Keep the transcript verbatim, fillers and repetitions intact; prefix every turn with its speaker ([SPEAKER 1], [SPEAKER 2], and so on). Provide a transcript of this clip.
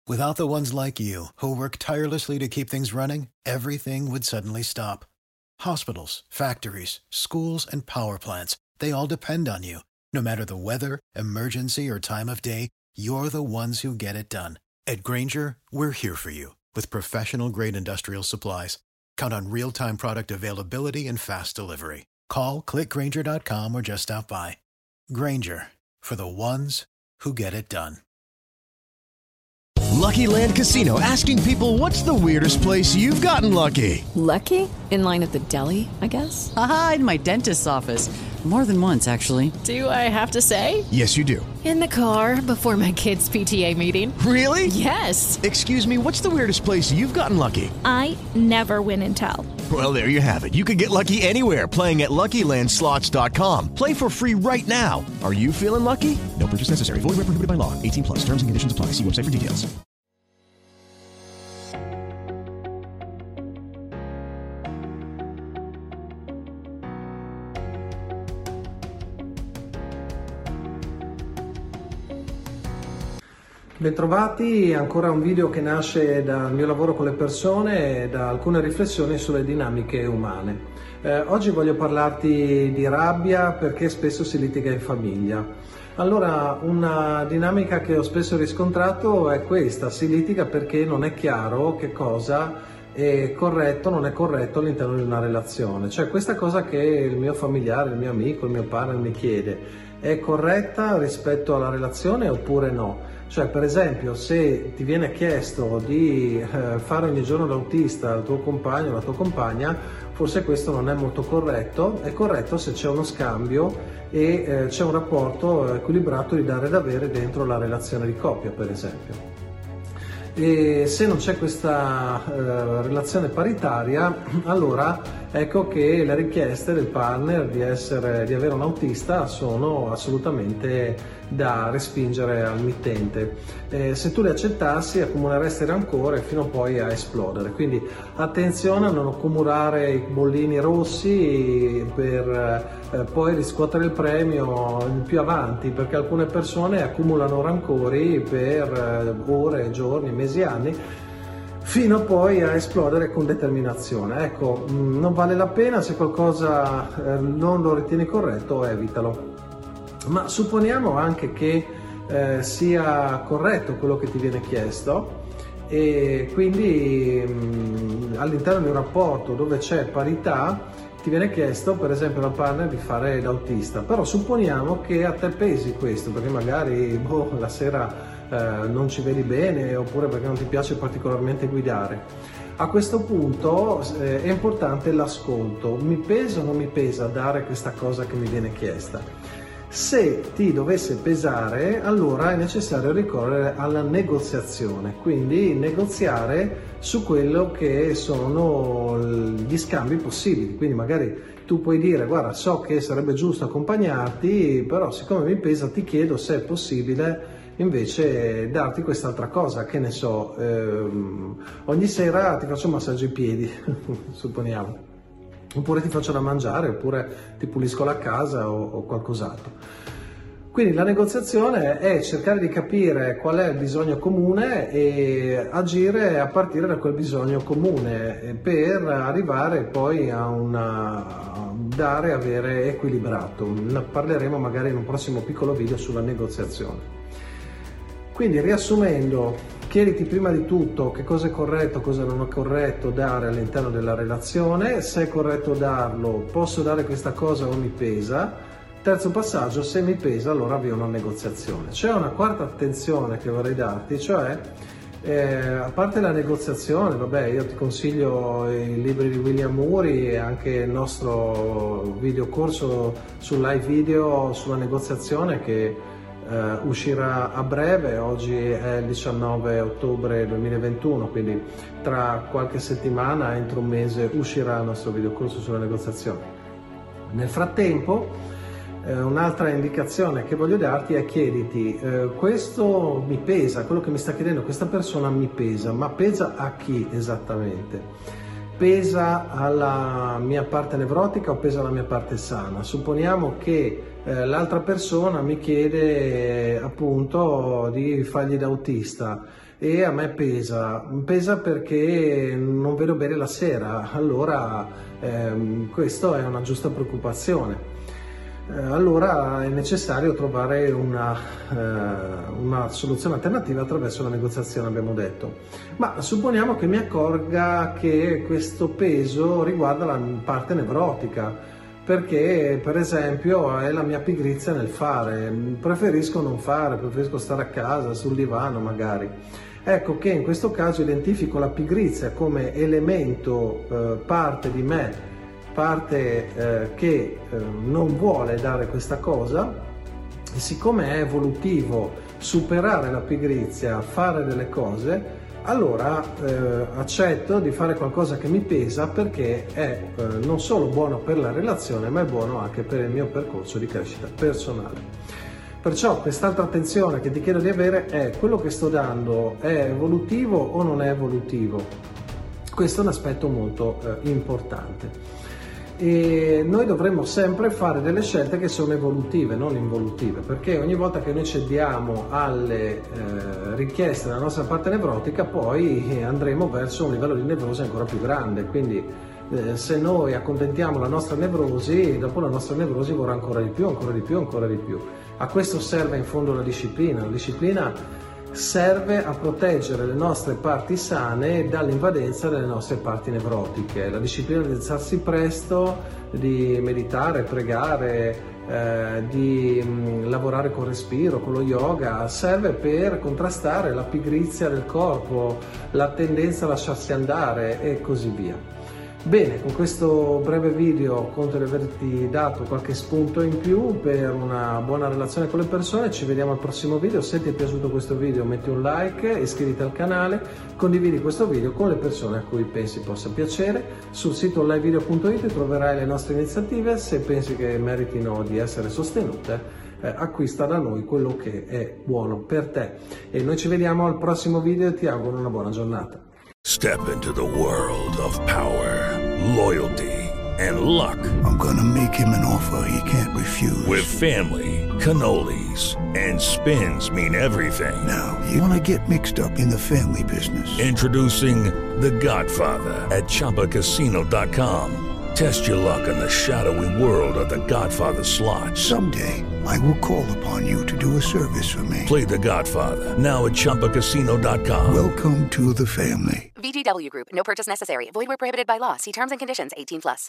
[SPEAKER 1] Without the ones like you, who work tirelessly to keep things running, everything would suddenly stop. Hospitals, factories, schools, and power plants, they all depend on you. No matter the weather, emergency, or time of day, you're the ones who get it done. At Grainger, we're here for you with professional-grade industrial supplies. Count on real-time product availability and fast delivery. Call, click Grainger dot com, or just stop by. Grainger, for the ones who get it done.
[SPEAKER 2] Lucky Land Casino, asking people, what's the weirdest place you've gotten lucky?
[SPEAKER 3] Lucky? In line at the deli, I guess?
[SPEAKER 4] Aha, in my dentist's office. More than once, actually.
[SPEAKER 3] Do I have to say?
[SPEAKER 2] Yes, you do.
[SPEAKER 3] In the car before my kids' P T A meeting.
[SPEAKER 2] Really?
[SPEAKER 3] Yes.
[SPEAKER 2] Excuse me, what's the weirdest place you've gotten lucky?
[SPEAKER 5] I never win and tell.
[SPEAKER 2] Well, there you have it. You can get lucky anywhere, playing at Lucky Land Slots dot com. Play for free right now. Are you feeling lucky? No purchase necessary. Void where prohibited by law. eighteen plus. Terms and conditions apply. See website for details.
[SPEAKER 6] Bentrovati, ancora un video che nasce dal mio lavoro con le persone e da alcune riflessioni sulle dinamiche umane. Eh, oggi voglio parlarti di rabbia, perché spesso si litiga in famiglia. Allora, una dinamica che ho spesso riscontrato è questa: si litiga perché non è chiaro che cosa è corretto, non è corretto all'interno di una relazione. Cioè, questa cosa che il mio familiare, il mio amico, il mio partner mi chiede è corretta rispetto alla relazione oppure no? Cioè, per esempio, se ti viene chiesto di eh, fare ogni giorno l'autista al tuo compagno o alla tua compagna, forse questo non è molto corretto. È corretto se c'è uno scambio e eh, c'è un rapporto equilibrato di dare ed avere dentro la relazione di coppia, per esempio. E se non c'è questa eh, relazione paritaria, allora ecco che le richieste del partner di, essere, di avere un autista sono assolutamente da respingere al mittente. Eh, se tu le accettassi, accumuleresti rancore fino poi a esplodere. Quindi attenzione a non accumulare i bollini rossi per eh, poi riscuotere il premio più avanti, perché alcune persone accumulano rancori per eh, ore, giorni, mesi, anni, fino poi a esplodere con determinazione. Ecco, mh, non vale la pena. Se qualcosa eh, non lo ritieni corretto, evitalo. Ma supponiamo anche che eh, sia corretto quello che ti viene chiesto, e quindi mh, all'interno di un rapporto dove c'è parità ti viene chiesto, per esempio, dal partner di fare l'autista, però supponiamo che a te pesi questo, perché magari boh, la sera eh, non ci vedi bene, oppure perché non ti piace particolarmente guidare. A questo punto eh, è importante l'ascolto. Mi pesa o non mi pesa dare questa cosa che mi viene chiesta? Se ti dovesse pesare, allora è necessario ricorrere alla negoziazione, quindi negoziare su quello che sono gli scambi possibili. Quindi magari tu puoi dire: guarda, so che sarebbe giusto accompagnarti, però siccome mi pesa ti chiedo se è possibile invece darti quest'altra cosa, che ne so, ehm, ogni sera ti faccio un massaggio ai piedi, supponiamo. Oppure ti faccio da mangiare, oppure ti pulisco la casa o, o qualcos'altro. Quindi la negoziazione è cercare di capire qual è il bisogno comune e agire a partire da quel bisogno comune per arrivare poi a una dare e avere equilibrato. Ne parleremo magari in un prossimo piccolo video sulla negoziazione. Quindi, riassumendo, chiediti prima di tutto che cosa è corretto, cosa non è corretto dare all'interno della relazione. Se è corretto darlo, posso dare questa cosa o mi pesa? Terzo passaggio: se mi pesa, allora avvio una negoziazione. C'è una quarta attenzione che vorrei darti, cioè eh, a parte la negoziazione, vabbè, io ti consiglio i libri di William Ury e anche il nostro videocorso sul live video sulla negoziazione che Uh, uscirà a breve. Oggi è il diciannove ottobre duemilaventuno, quindi tra qualche settimana, entro un mese, uscirà il nostro videocorso sulla negoziazione. Nel frattempo, uh, un'altra indicazione che voglio darti è: chiediti, uh, questo mi pesa, quello che mi sta chiedendo questa persona mi pesa, ma pesa a chi esattamente? Pesa alla mia parte nevrotica o pesa alla mia parte sana? Supponiamo che eh, l'altra persona mi chiede eh, appunto di fargli da autista. e a me pesa, pesa perché non vedo bene la sera, allora ehm, questo è una giusta preoccupazione. Allora è necessario trovare una, eh, una soluzione alternativa attraverso la negoziazione, abbiamo detto. Ma supponiamo che mi accorga che questo peso riguarda la parte nevrotica, perché per esempio è la mia pigrizia nel fare, preferisco non fare, preferisco stare a casa, sul divano magari. Ecco che in questo caso identifico la pigrizia come elemento, eh, parte di me, parte eh, che eh, non vuole dare questa cosa, e siccome è evolutivo superare la pigrizia, fare delle cose, allora eh, accetto di fare qualcosa che mi pesa, perché è eh, non solo buono per la relazione, ma è buono anche per il mio percorso di crescita personale. Perciò quest'altra attenzione che ti chiedo di avere è: quello che sto dando è evolutivo o non è evolutivo? Questo è un aspetto molto eh, importante. E noi dovremmo sempre fare delle scelte che sono evolutive, non involutive, perché ogni volta che noi cediamo alle eh, richieste della nostra parte nevrotica, poi andremo verso un livello di nevrosi ancora più grande. Quindi eh, se noi accontentiamo la nostra nevrosi, dopo la nostra nevrosi vorrà ancora di più, ancora di più, ancora di più. A questo serve in fondo la disciplina. La disciplina serve a proteggere le nostre parti sane dall'invadenza delle nostre parti nevrotiche. La disciplina di alzarsi presto, di meditare, pregare, eh, di mh, lavorare col respiro, con lo yoga, serve per contrastare la pigrizia del corpo, la tendenza a lasciarsi andare e così via. Bene, con questo breve video conto di averti dato qualche spunto in più per una buona relazione con le persone. Ci vediamo al prossimo video. Se ti è piaciuto questo video metti un like, iscriviti al canale, condividi questo video con le persone a cui pensi possa piacere. Sul sito online video punto it troverai le nostre iniziative. Se pensi che meritino di essere sostenute, eh, acquista da noi quello che è buono per te. E noi ci vediamo al prossimo video e ti auguro una buona giornata.
[SPEAKER 7] Step into the world of power, loyalty, and luck.
[SPEAKER 8] I'm gonna make him an offer he can't refuse.
[SPEAKER 7] With family, cannolis, and spins mean everything.
[SPEAKER 8] Now, you wanna get mixed up in the family business.
[SPEAKER 7] Introducing The Godfather at Chumba Casino dot com. Test your luck in the shadowy world of The Godfather slot.
[SPEAKER 8] Someday, I will call upon you to do a service for me.
[SPEAKER 7] Play The Godfather, now at Chumba Casino dot com.
[SPEAKER 8] Welcome to the family.
[SPEAKER 9] V G W Group. No purchase necessary. Void where prohibited by law. See terms and conditions. eighteen plus.